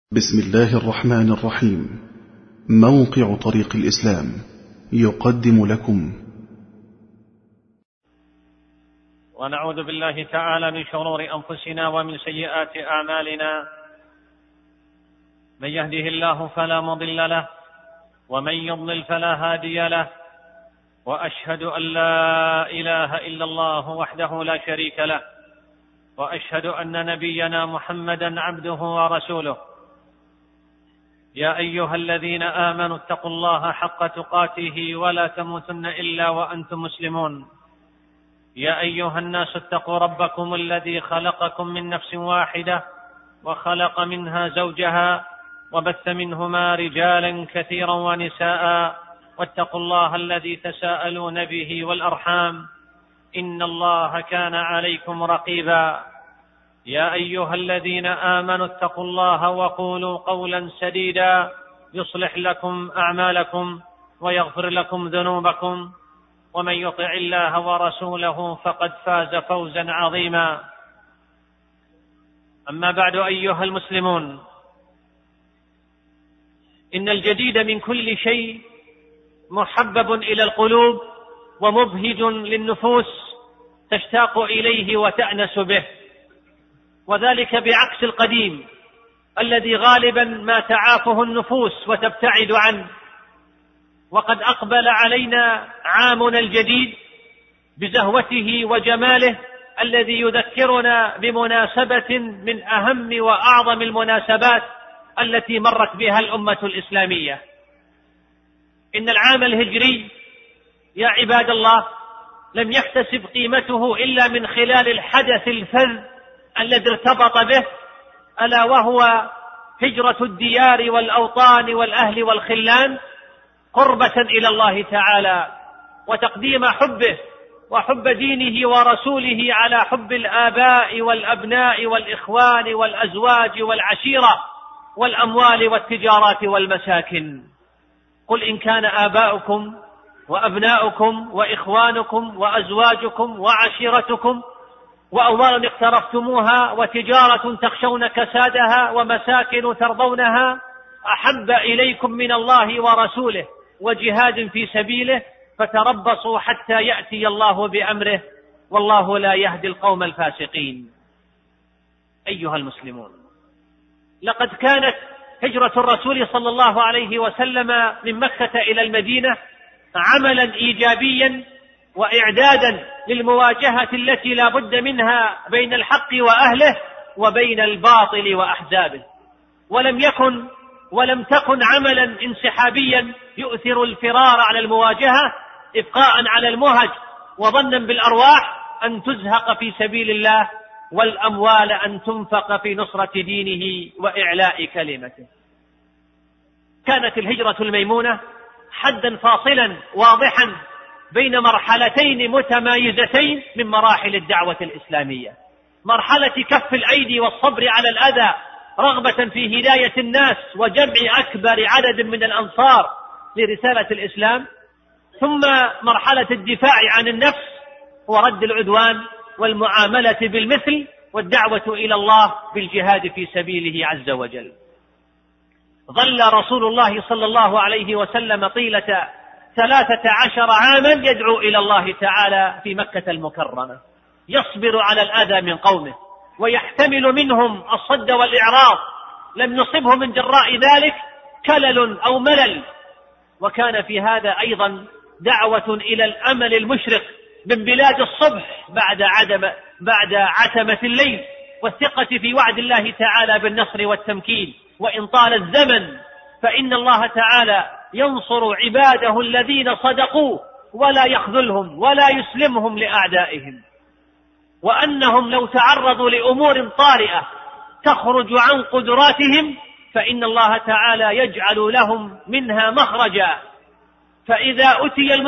بسم الله الرحمن الرحيم. موقع طريق الإسلام يقدم لكم. ونعوذ بالله تعالى من شرور أنفسنا ومن سيئات أعمالنا. من يهده الله فلا مضل له ومن يضلل فلا هادي له، وأشهد أن لا إله إلا الله وحده لا شريك له، وأشهد أن نبينا محمدا عبده ورسوله. يا أيها الذين آمنوا اتقوا الله حق تقاته ولا تموتن إلا وأنتم مسلمون. يا أيها الناس اتقوا ربكم الذي خلقكم من نفس واحدة وخلق منها زوجها وبث منهما رجالا كثيرا ونساء، واتقوا الله الذي تساءلون به والأرحام إن الله كان عليكم رقيبا. يا أيها الذين آمنوا اتقوا الله وقولوا قولا سديدا يصلح لكم أعمالكم ويغفر لكم ذنوبكم، ومن يطع الله ورسوله فقد فاز فوزا عظيما. أما بعد أيها المسلمون، إن الجديد من كل شيء محبب إلى القلوب ومبهج للنفوس تشتاق إليه وتأنس به، وذلك بعكس القديم الذي غالبا ما تعافه النفوس وتبتعد عنه. وقد أقبل علينا عامنا الجديد بزهوته وجماله الذي يذكرنا بمناسبة من أهم وأعظم المناسبات التي مرت بها الأمة الإسلامية. إن العام الهجري يا عباد الله لم يكتسب قيمته إلا من خلال الحدث الفذ الذي ارتبط به، ألا وهو هجرة الديار والأوطان والأهل والخلان قربة إلى الله تعالى، وتقديم حبه وحب دينه ورسوله على حب الآباء والأبناء والإخوان والأزواج والعشيرة والأموال والتجارات والمساكن. قل إن كان آباؤكم وأبناؤكم وإخوانكم وأزواجكم وعشيرتكم وأموال اقترفتموها وتجارة تخشون كسادها ومساكن ترضونها أحب إليكم من الله ورسوله وجهاد في سبيله فتربصوا حتى يأتي الله بأمره والله لا يهدي القوم الفاسقين. أيها المسلمون، لقد كانت هجرة الرسول صلى الله عليه وسلم من مكة إلى المدينة عملا إيجابيا وإعدادا للمواجهة التي لا بد منها بين الحق وأهله وبين الباطل وأحزابه، ولم تكن عملا انسحابيا يؤثر الفرار على المواجهة إبقاء على المهج وظنا بالأرواح أن تزهق في سبيل الله والأموال أن تنفق في نصرة دينه وإعلاء كلمته. كانت الهجرة الميمونة حدا فاصلا واضحا بين مرحلتين متمايزتين من مراحل الدعوة الإسلامية: مرحلة كف الأيدي والصبر على الأذى رغبة في هداية الناس وجمع أكبر عدد من الأنصار لرسالة الإسلام، ثم مرحلة الدفاع عن النفس ورد العدوان والمعاملة بالمثل والدعوة إلى الله بالجهاد في سبيله عز وجل. ظل رسول الله صلى الله عليه وسلم طيلة 13 عاما يدعو إلى الله تعالى في مكة المكرمة، يصبر على الأذى من قومه ويحتمل منهم الصد والإعراض، لم يصبه من جراء ذلك كلل أو ملل. وكان في هذا أيضا دعوة إلى الأمل المشرق من بلاد الصبح بعد عتمة الليل، والثقة في وعد الله تعالى بالنصر والتمكين. وإن طال الزمن فإن الله تعالى ينصر عباده الذين صدقوا ولا يخذلهم ولا يسلمهم لأعدائهم، وأنهم لو تعرضوا لأمور طارئة تخرج عن قدراتهم فإن الله تعالى يجعل لهم منها مخرجا. فإذا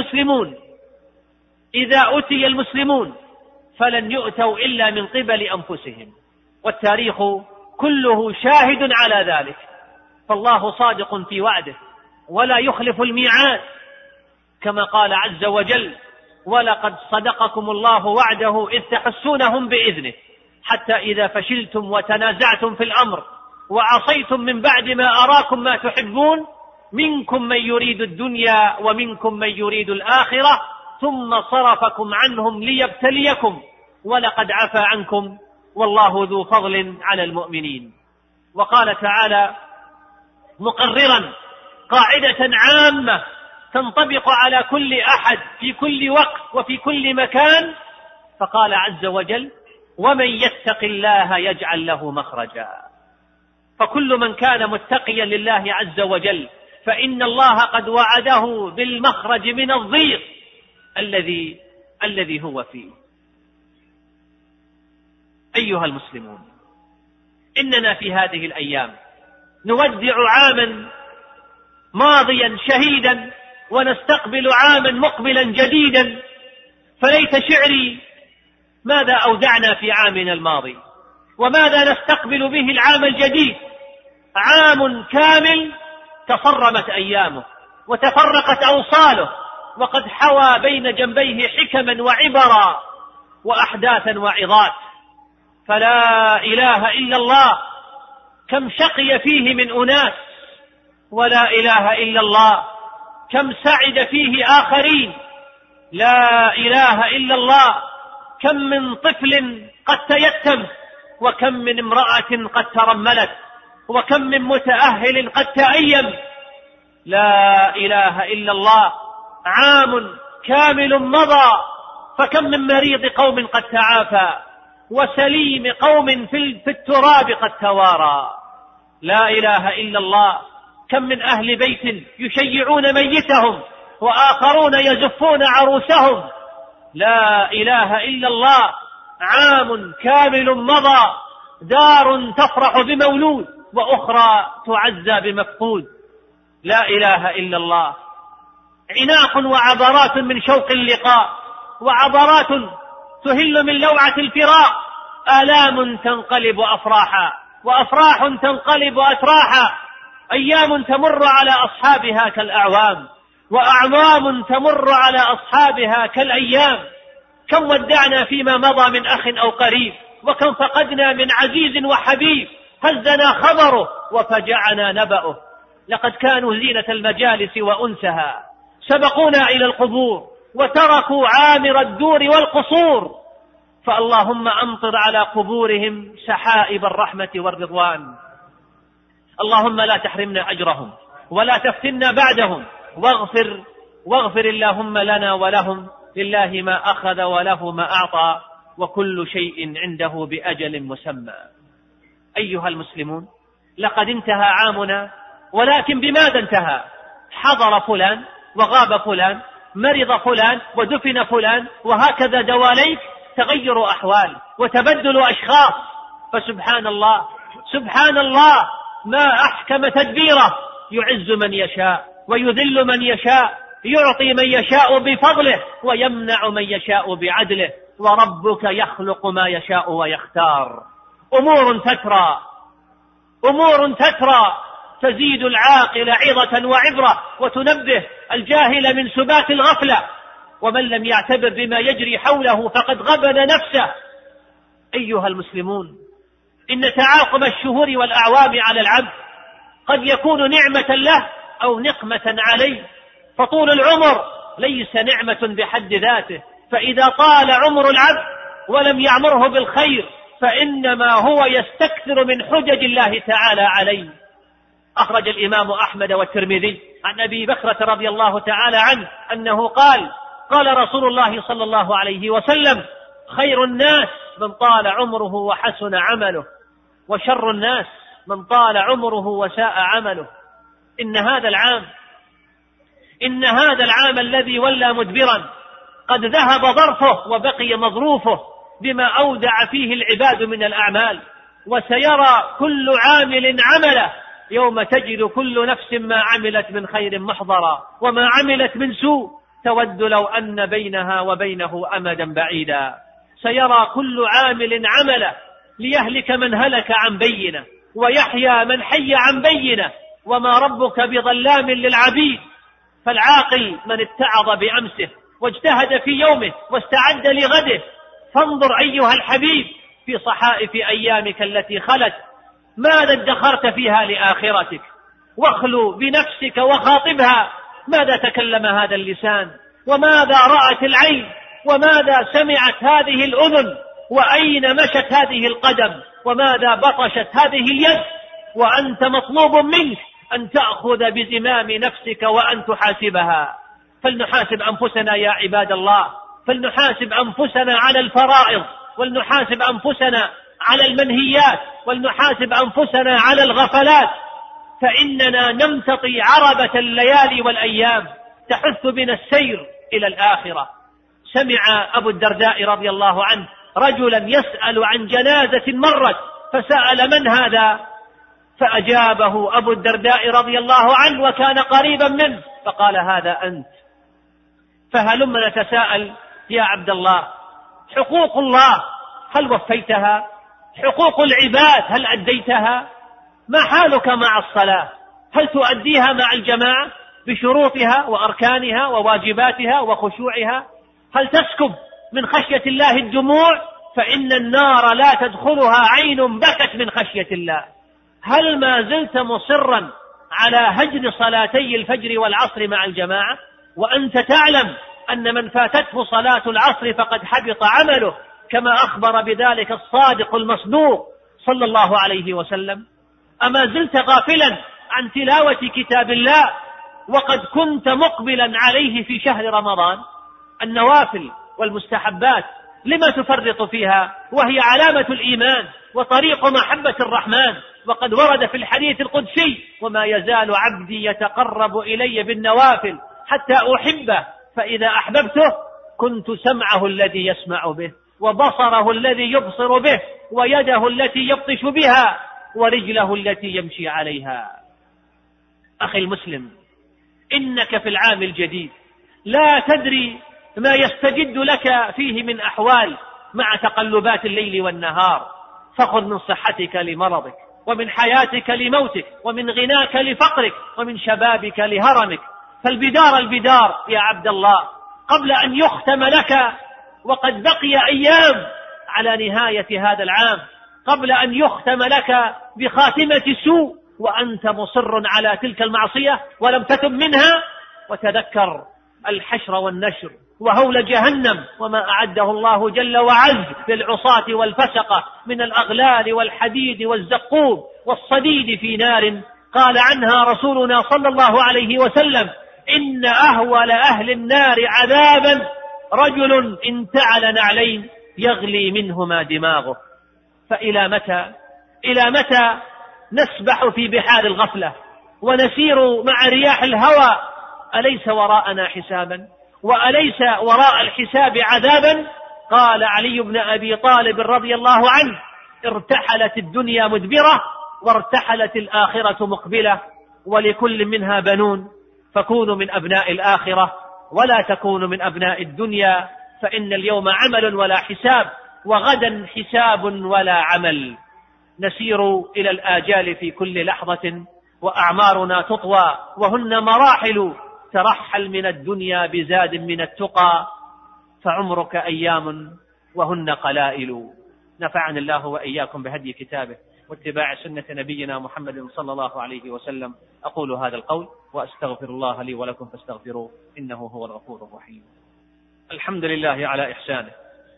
أتي المسلمون فلن يؤتوا إلا من قبل أنفسهم، والتاريخ كله شاهد على ذلك. فالله صادق في وعده ولا يخلف الميعاد، كما قال عز وجل: ولقد صدقكم الله وعده إذ تحسونهم بإذنه حتى إذا فشلتم وتنازعتم في الأمر وعصيتم من بعد ما أراكم ما تحبون منكم من يريد الدنيا ومنكم من يريد الآخرة ثم صرفكم عنهم ليبتليكم ولقد عفا عنكم والله ذو فضل على المؤمنين. وقال تعالى مقررا قاعدة عامة تنطبق على كل أحد في كل وقت وفي كل مكان، فقال عز وجل ومن يتق الله يجعل له مخرجا. فكل من كان متقيا لله عز وجل فإن الله قد وعده بالمخرج من الضيق الذي هو فيه. أيها المسلمون، إننا في هذه الأيام نودع عاما ماضيا شهيدا ونستقبل عاما مقبلا جديدا، فليت شعري ماذا أودعنا في عامنا الماضي وماذا نستقبل به العام الجديد. عام كامل تصرمت أيامه وتفرقت أوصاله، وقد حوى بين جنبيه حكما وعبرا وأحداثا وعظات. فلا إله إلا الله كم شقي فيه من أناس، ولا إله إلا الله كم سعد فيه آخرين. لا إله إلا الله كم من طفل قد تيتم، وكم من امرأة قد ترملت، وكم من متأهل قد تأيم. لا إله إلا الله عام كامل مضى، فكم من مريض قوم قد تعافى، وسليم قوم في التراب قد توارى. لا إله إلا الله كم من أهل بيت يشيعون ميتهم وآخرون يزفون عروسهم. لا إله إلا الله عام كامل مضى، دار تفرح بمولود وأخرى تعزى بمفقود. لا إله إلا الله عناق وعبرات من شوق اللقاء، وعبرات تهل من لوعة الفراق. آلام تنقلب أفراحا، وأفراح تنقلب أتراحا. أيام تمر على أصحابها كالأعوام، وأعوام تمر على أصحابها كالأيام. كم ودعنا فيما مضى من أخ أو قريب، وكم فقدنا من عزيز وحبيب. هزنا خبره وفجعنا نبأه. لقد كانوا زينة المجالس وأنسها، سبقونا إلى القبور وتركوا عامر الدور والقصور. فاللهم أمطر على قبورهم سحائب الرحمة والرضوان. اللهم لا تحرمنا أجرهم ولا تفتنا بعدهم، واغفر اللهم لنا ولهم. لله ما أخذ وله ما أعطى، وكل شيء عنده بأجل مسمى. أيها المسلمون، لقد انتهى عامنا، ولكن بماذا انتهى؟ حضر فلان وغاب فلان، مرض فلان ودفن فلان، وهكذا دواليك تغير أحوال وتبدل أشخاص. فسبحان الله سبحان الله ما أحكم تدبيره، يعز من يشاء ويذل من يشاء، يعطي من يشاء بفضله ويمنع من يشاء بعدله. وربك يخلق ما يشاء ويختار. أمور تترى تزيد العاقل عظة وعبرة، وتنبه الجاهل من سبات الغفلة. ومن لم يعتبر بما يجري حوله فقد غبن نفسه. أيها المسلمون، إن تعاقب الشهور والأعوام على العبد قد يكون نعمة له أو نقمة عليه. فطول العمر ليس نعمة بحد ذاته، فإذا طال عمر العبد ولم يعمره بالخير فإنما هو يستكثر من حجج الله تعالى عليه. أخرج الإمام أحمد والترمذي عن أبي بكرة رضي الله تعالى عنه أنه قال رسول الله صلى الله عليه وسلم: خير الناس من طال عمره وحسن عمله، وشر الناس من طال عمره وساء عمله. إن هذا العام الذي ولى مدبرا قد ذهب ظرفه وبقي مظروفه بما أودع فيه العباد من الأعمال. وسيرى كل عامل عمله يوم تجد كل نفس ما عملت من خير محضرا، وما عملت من سوء تود لو أن بينها وبينه أمدا بعيدا. سيرى كل عامل عمله ليهلك من هلك عن بينه ويحيى من حي عن بينه، وما ربك بظلام للعبيد. فالعاقل من اتعظ بأمسه واجتهد في يومه واستعد لغده. فانظر أيها الحبيب في صحائف أيامك التي خلت، ماذا ادخرت فيها لآخرتك؟ واخلو بنفسك وخاطبها. ماذا تكلم هذا اللسان؟ وماذا رأت العين؟ وماذا سمعت هذه الأذن؟ وأين مشت هذه القدم؟ وماذا بطشت هذه اليد؟ وأنت مطلوب منك أن تأخذ بزمام نفسك وأن تحاسبها. فلنحاسب أنفسنا يا عباد الله، فلنحاسب أنفسنا على الفرائض، ولنحاسب أنفسنا على المنهيات، ولنحاسب أنفسنا على الغفلات، فإننا نمتطي عربة الليالي والأيام تحث بنا السير إلى الآخرة. سمع أبو الدرداء رضي الله عنه رجلا يسأل عن جنازة مرت، فسأل: من هذا؟ فأجابه أبو الدرداء رضي الله عنه وكان قريبا منه، فقال: هذا أنت. فهلما نتساءل يا عبد الله: حقوق الله هل وفيتها؟ حقوق العباد هل أديتها؟ ما حالك مع الصلاة؟ هل تؤديها مع الجماعة بشروطها وأركانها وواجباتها وخشوعها؟ هل تسكب من خشية الله الدموع؟ فإن النار لا تدخلها عين بكت من خشية الله. هل ما زلت مصرا على هجر صلاتي الفجر والعصر مع الجماعة وأنت تعلم أن من فاتته صلاة العصر فقد حبط عمله، كما أخبر بذلك الصادق المصدوق صلى الله عليه وسلم؟ أما زلت غافلا عن تلاوة كتاب الله وقد كنت مقبلا عليه في شهر رمضان؟ النوافل والمستحبات لما تفرط فيها وهي علامة الإيمان وطريق محبة الرحمن؟ وقد ورد في الحديث القدسي: وما يزال عبدي يتقرب إلي بالنوافل حتى أحبه، فإذا أحببته كنت سمعه الذي يسمع به، وبصره الذي يبصر به، ويده التي يبطش بها، ورجله التي يمشي عليها. أخي المسلم، إنك في العام الجديد لا تدري ما يستجد لك فيه من أحوال مع تقلبات الليل والنهار، فخذ من صحتك لمرضك، ومن حياتك لموتك، ومن غناك لفقرك، ومن شبابك لهرمك. فالبدار يا عبد الله قبل أن يختم لك، وقد بقي أيام على نهاية هذا العام، قبل أن يختم لك بخاتمة سوء وأنت مصر على تلك المعصية ولم تتب منها. وتذكر الحشر والنشر وهول جهنم وما أعده الله جل وعز للعصاة والفسقة من الأغلال والحديد والزقوم والصديد في نار قال عنها رسولنا صلى الله عليه وسلم: إن أهول أهل النار عذابا رجل انتعل نعلين يغلي منهما دماغه. إلى متى نسبح في بحار الغفلة ونسير مع رياح الهوى؟ أليس وراءنا حسابا؟ وأليس وراء الحساب عذابا؟ قال علي بن أبي طالب رضي الله عنه: ارتحلت الدنيا مدبرة وارتحلت الآخرة مقبلة، ولكل منها بنون، فكونوا من أبناء الآخرة ولا تكونوا من أبناء الدنيا، فإن اليوم عمل ولا حساب، وغدا حساب ولا عمل. نسير إلى الآجال في كل لحظة، وأعمارنا تطوى وهن مراحل، ترحل من الدنيا بزاد من التقى، فعمرك أيام وهن قلائل. نفعني الله وإياكم بهدي كتابه واتباع سنة نبينا محمد صلى الله عليه وسلم. أقول هذا القول وأستغفر الله لي ولكم فاستغفروه إنه هو الغفور الرحيم. الحمد لله على إحسانه،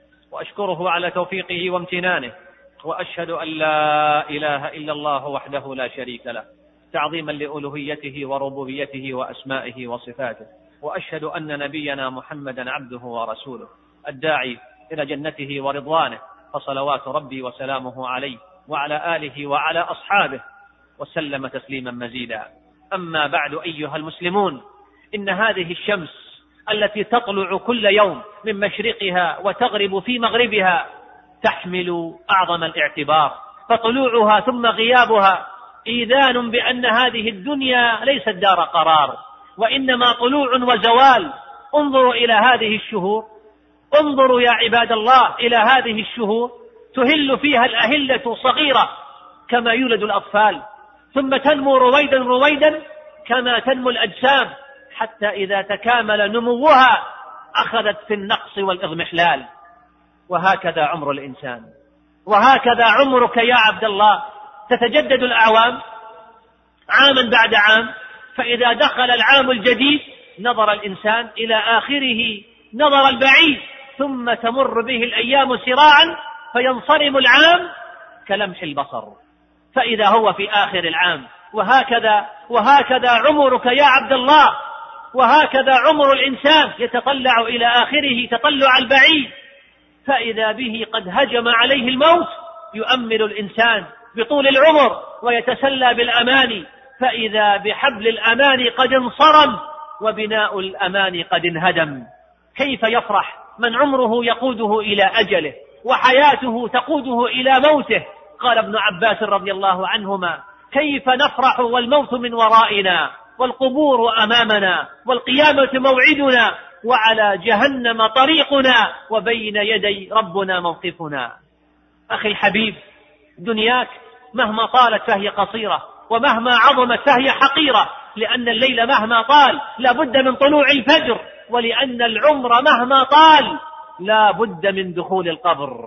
وأشكره على توفيقه وامتنانه، وأشهد أن لا إله إلا الله وحده لا شريك له، تعظيما لألوهيته وربوبيته وأسمائه وصفاته. وأشهد أن نبينا محمدا عبده ورسوله الداعي إلى جنته ورضوانه، فصلوات ربي وسلامه عليه وعلى آله وعلى أصحابه وسلم تسليما مزيدا. أما بعد أيها المسلمون، إن هذه الشمس التي تطلع كل يوم من مشرقها وتغرب في مغربها تحمل أعظم الاعتبار، فطلوعها ثم غيابها إيذان بأن هذه الدنيا ليست دار قرار، وإنما طلوع وزوال. انظروا إلى هذه الشهور، انظروا يا عباد الله إلى هذه الشهور، تهل فيها الأهلة صغيرة كما يولد الأطفال، ثم تنمو رويدا رويدا كما تنمو الأجسام، حتى إذا تكامل نموها أخذت في النقص والإضمحلال. وهكذا عمر الإنسان، وهكذا عمرك يا عبد الله. تتجدد الأعوام عاما بعد عام، فإذا دخل العام الجديد نظر الإنسان إلى آخره نظر البعيد، ثم تمر به الأيام سراعا فينصرم العام كلمح البصر، فإذا هو في آخر العام. وهكذا عمرك يا عبد الله، وهكذا عمر الإنسان يتطلع إلى آخره تطلع البعيد، فإذا به قد هجم عليه الموت يؤمل الإنسان بطول العمر ويتسلى بالأماني، فإذا بحبل الأماني قد انصرم وبناء الأماني قد انهدم. كيف يفرح من عمره يقوده إلى أجله وحياته تقوده إلى موته؟ قال ابن عباس رضي الله عنهما: كيف نفرح والموت من ورائنا والقبور أمامنا والقيامة موعدنا وعلى جهنم طريقنا وبين يدي ربنا موقفنا. أخي الحبيب، دنياك مهما طالت فهي قصيرة، ومهما عظمت فهي حقيرة، لأن الليل مهما طال لا بد من طلوع الفجر، ولأن العمر مهما طال لا بد من دخول القبر.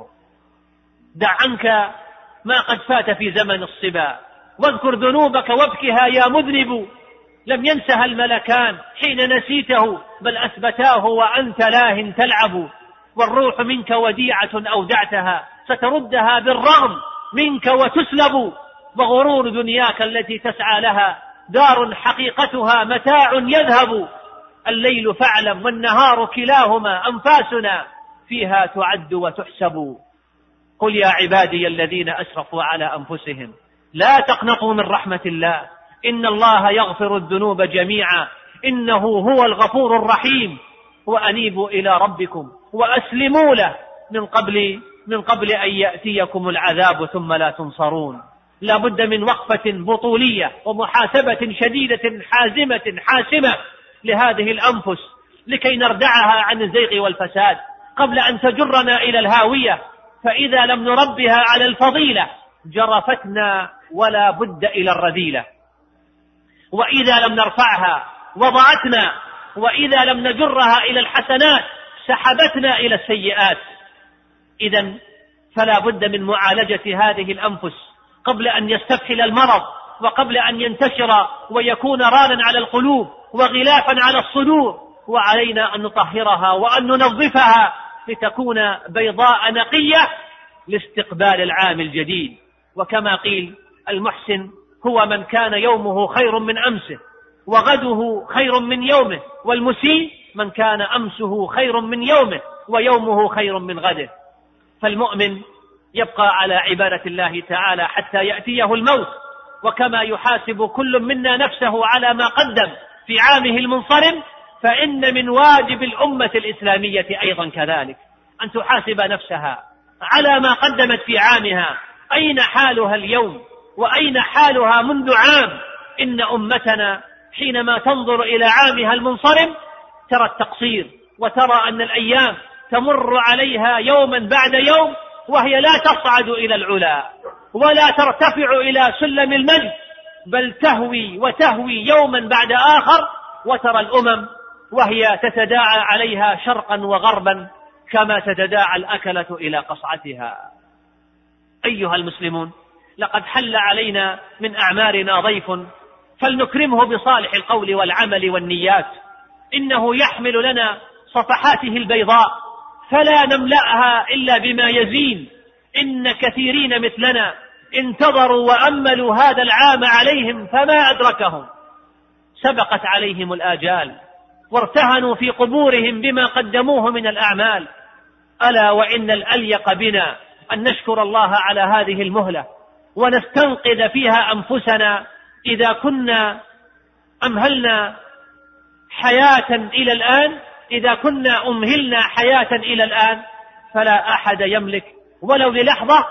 دع عنك ما قد فات في زمن الصبا، واذكر ذنوبك وابكها يا مذنب، لم ينسها الملكان حين نسيته، بل أثبتاه وأنت لاه تلعب. والروح منك وديعة أودعتها، ستردها بالرغم منك وتسلب. وغرور دنياك التي تسعى لها دار حقيقتها متاع يذهب. الليل فاعلم والنهار كلاهما أنفاسنا فيها تعد وتحسب. قل يا عبادي الذين أسرفوا على أنفسهم لا تقنطوا من رحمة الله، إن الله يغفر الذنوب جميعا إنه هو الغفور الرحيم. وأنيبوا إلى ربكم وأسلموا له من قبل أن يأتيكم العذاب ثم لا تنصرون. لا بد من وقفة بطولية ومحاسبة شديدة حاسمة لهذه الأنفس لكي نردعها عن الزيغ والفساد قبل أن تجرنا إلى الهاوية، فإذا لم نربها على الفضيلة جرفتنا ولا بد إلى الرذيلة، وإذا لم نرفعها وضعتنا، وإذا لم نجرها إلى الحسنات سحبتنا إلى السيئات. إذن فلا بد من معالجة هذه الأنفس قبل أن يستفحل المرض، وقبل أن ينتشر ويكون رانا على القلوب وغلافا على الصدور. وعلينا أن نطهرها وأن ننظفها لتكون بيضاء نقية لاستقبال العام الجديد. وكما قيل: المحسن هو من كان يومه خير من أمسه وغده خير من يومه، والمسيء من كان أمسه خير من يومه ويومه خير من غده. فالمؤمن يبقى على عبادة الله تعالى حتى يأتيه الموت، وكما يحاسب كل منا نفسه على ما قدم في عامه المنصرم، فإن من واجب الأمة الإسلامية أيضا كذلك أن تحاسب نفسها على ما قدمت في عامها. أين حالها اليوم وأين حالها منذ عام؟ إن أمتنا حينما تنظر إلى عامها المنصرم ترى التقصير، وترى أن الأيام تمر عليها يوما بعد يوم وهي لا تصعد إلى العلا ولا ترتفع إلى سلم المجد، بل تهوي وتهوي يوما بعد آخر. وترى الأمم وهي تتداعى عليها شرقا وغربا كما تتداعى الأكلة إلى قصعتها. أيها المسلمون، لقد حل علينا من أعمارنا ضيف، فلنكرمه بصالح القول والعمل والنيات. إنه يحمل لنا صفحاته البيضاء فلا نملأها إلا بما يزين. إن كثيرين مثلنا انتظروا وأملوا هذا العام عليهم فما أدركهم، سبقت عليهم الآجال وارتهنوا في قبورهم بما قدموه من الأعمال. ألا وإن الأليق بنا أن نشكر الله على هذه المهلة ونستنقذ فيها أنفسنا. إذا كنا أمهلنا حياة إلى الآن، إذا كنا أمهلنا حياة إلى الآن، فلا أحد يملك ولو للحظة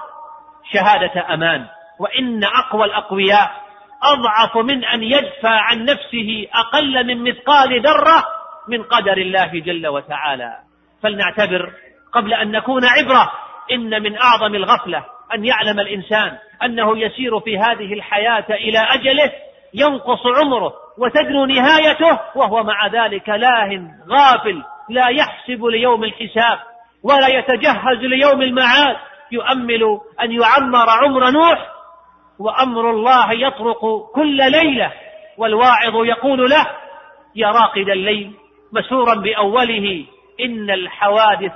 شهادة أمان. وإن أقوى الأقوياء أضعف من أن يدفع عن نفسه أقل من مثقال ذرة من قدر الله جل وتعالى. فلنعتبر قبل أن نكون عبرة. إن من أعظم الغفلة أن يعلم الإنسان أنه يسير في هذه الحياة إلى أجله، ينقص عمره وتدنو نهايته، وهو مع ذلك لاه غافل لا يحسب ليوم الحساب ولا يتجهز ليوم المعاد. يؤمل أن يعمر عمر نوح وأمر الله يطرق كل ليلة، والواعظ يقول له: يا راقد الليل مسورا بأوله إن الحوادث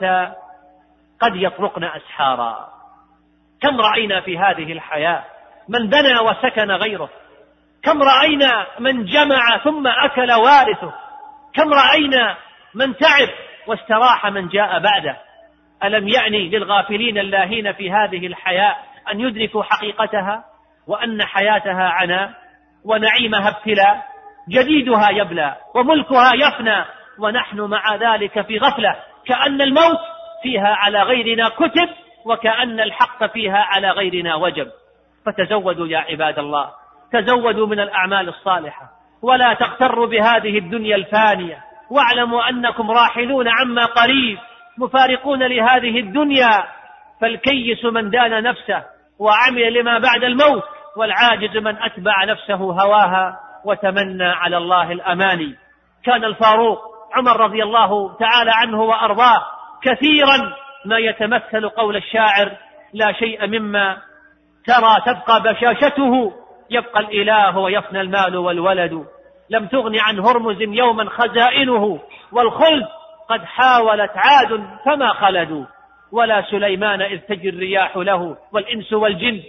قد يطرقن أسحارا. كم رأينا في هذه الحياة من بنى وسكن غيره، كم رأينا من جمع ثم أكل وارثه، كم رأينا من تعب واستراح من جاء بعده. ألم يعني للغافلين اللاهين في هذه الحياة أن يدركوا حقيقتها، وأن حياتها عناء ونعيمها ابتلاء، جديدها يبلى وملكها يفنى، ونحن مع ذلك في غفلة، كأن الموت فيها على غيرنا كتب، وكأن الحق فيها على غيرنا وجب. فتزودوا يا عباد الله، تزودوا من الأعمال الصالحة، ولا تغتروا بهذه الدنيا الفانية، واعلموا أنكم راحلون عما قريب، مفارقون لهذه الدنيا. فالكيس من دان نفسه وعمل لما بعد الموت، والعاجز من أتبع نفسه هواها وتمنى على الله الأماني. كان الفاروق عمر رضي الله تعالى عنه وأرضاه كثيرا ما يتمثل قول الشاعر: لا شيء مما ترى تبقى بشاشته، يبقى الإله ويفنى المال والولد. لم تغن عن هرمز يوما خزائنه، والخلد قد حاولت عاد فما خلدوا. ولا سليمان إذ تجري الرياح له، والإنس والجن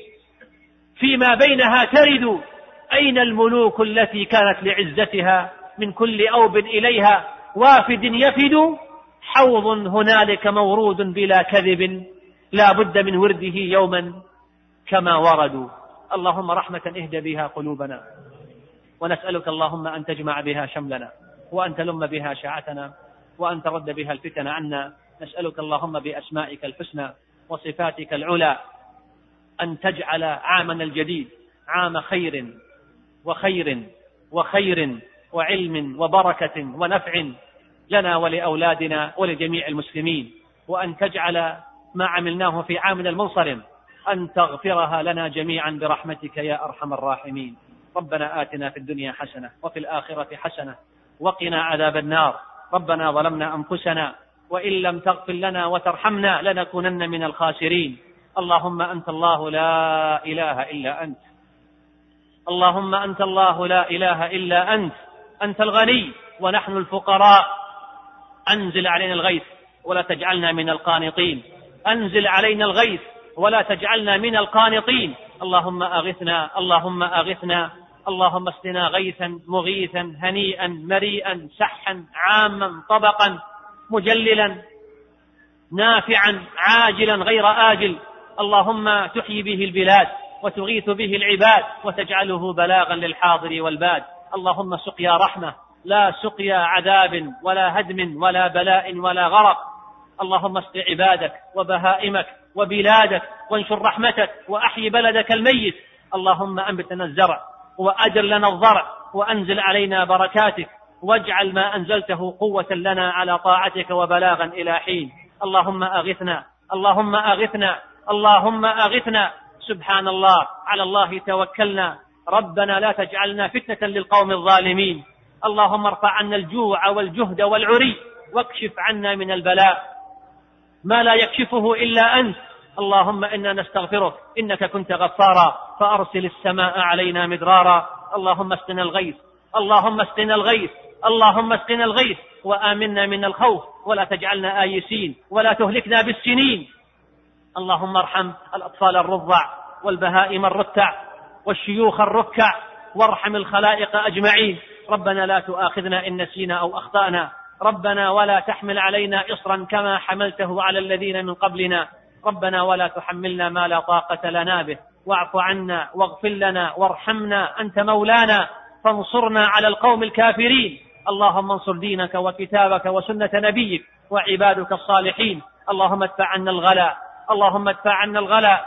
فيما بينها ترد. أين الملوك التي كانت لعزتها، من كل أوب إليها وافد يفد. حوض هنالك مورود بلا كذب، لا بد من ورده يوما كما وردوا. اللهم رحمة اهد بها قلوبنا، ونسألك اللهم أن تجمع بها شملنا، وأن تلم بها شعتنا، وأن ترد بها الفتن عنا. نسألك اللهم بأسمائك الحسنى وصفاتك العلى أن تجعل عامنا الجديد عام خير وخير وخير وعلم وبركة ونفع لنا ولأولادنا ولجميع المسلمين، وأن تجعل ما عملناه في عامنا المنصرم أن تغفرها لنا جميعا برحمتك يا أرحم الراحمين. ربنا آتنا في الدنيا حسنة وفي الآخرة حسنة وقنا عذاب النار. ربنا ظلمنا أنفسنا وإن لم تغفر لنا وترحمنا لنكونن من الخاسرين. اللهم أنت الله لا إله إلا أنت، اللهم أنت الله لا إله إلا أنت، أنت الغني ونحن الفقراء. أنزل علينا الغيث ولا تجعلنا من القانطين، أنزل علينا الغيث ولا تجعلنا من القانطين. اللهم أغثنا، اللهم أغثنا، اللهم اسقنا غيثا مغيثا هنيئا مريئا سحا عاما طبقا مجللا نافعا عاجلا غير آجل. اللهم تحيي به البلاد وتغيث به العباد وتجعله بلاغا للحاضر والباد. اللهم سقيا رحمة لا سقيا عذاب ولا هدم ولا بلاء ولا غرق. اللهم اسق عبادك وبهائمك وبلادك، وانشر رحمتك وأحيي بلدك الميت. اللهم أنبت لنا الزرع وأجر لنا الضرع، وأنزل علينا بركاتك، واجعل ما أنزلته قوة لنا على طاعتك وبلاغا إلى حين. اللهم أغثنا، اللهم أغثنا، اللهم أغثنا. سبحان الله، على الله توكلنا. ربنا لا تجعلنا فتنة للقوم الظالمين. اللهم ارفع عنا الجوع والجهد والعري، واكشف عنا من البلاء ما لا يكشفه إلا أنت. اللهم إنا نستغفرك، إنك كنت غفارا، فأرسل السماء علينا مدرارا. اللهم اسقنا الغيث، اللهم اسقنا الغيث، اللهم اسقنا الغيث، وآمنا من الخوف، ولا تجعلنا آيسين، ولا تهلكنا بالسنين. اللهم ارحم الأطفال الرضع والبهائم الرتع والشيوخ الركع، وارحم الخلائق أجمعين. ربنا لا تؤاخذنا إن نسينا أو أخطأنا. ربنا ولا تحمل علينا إصرا كما حملته على الذين من قبلنا. ربنا ولا تحملنا ما لا طاقة لنا به، واعف عنا واغفر لنا وارحمنا، أنت مولانا فانصرنا على القوم الكافرين. اللهم انصر دينك وكتابك وسنة نبيك وعبادك الصالحين. اللهم ادفع عنا الغلاء، اللهم ادفع عنا الغلاء،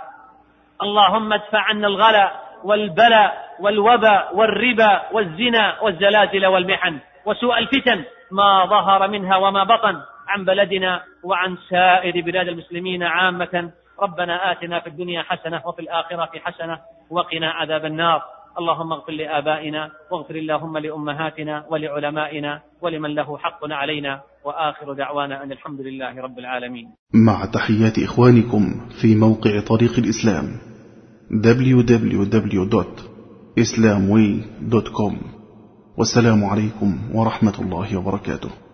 اللهم ادفع عنا الغلاء والبلاء والوباء والربا والزنا والزلازل والمحن وسوء الفتن ما ظهر منها وما بطن عن بلدنا وعن سائر بلاد المسلمين عامة. ربنا آتنا في الدنيا حسنة وفي الآخرة حسنة وقنا عذاب النار. اللهم اغفر لآبائنا، واغفر اللهم لأمهاتنا ولعلمائنا ولمن له حق علينا، وآخر دعوانا أن الحمد لله رب العالمين. مع تحيات إخوانكم في موقع طريق الإسلام، www.islamway.com. والسلام عليكم ورحمة الله وبركاته.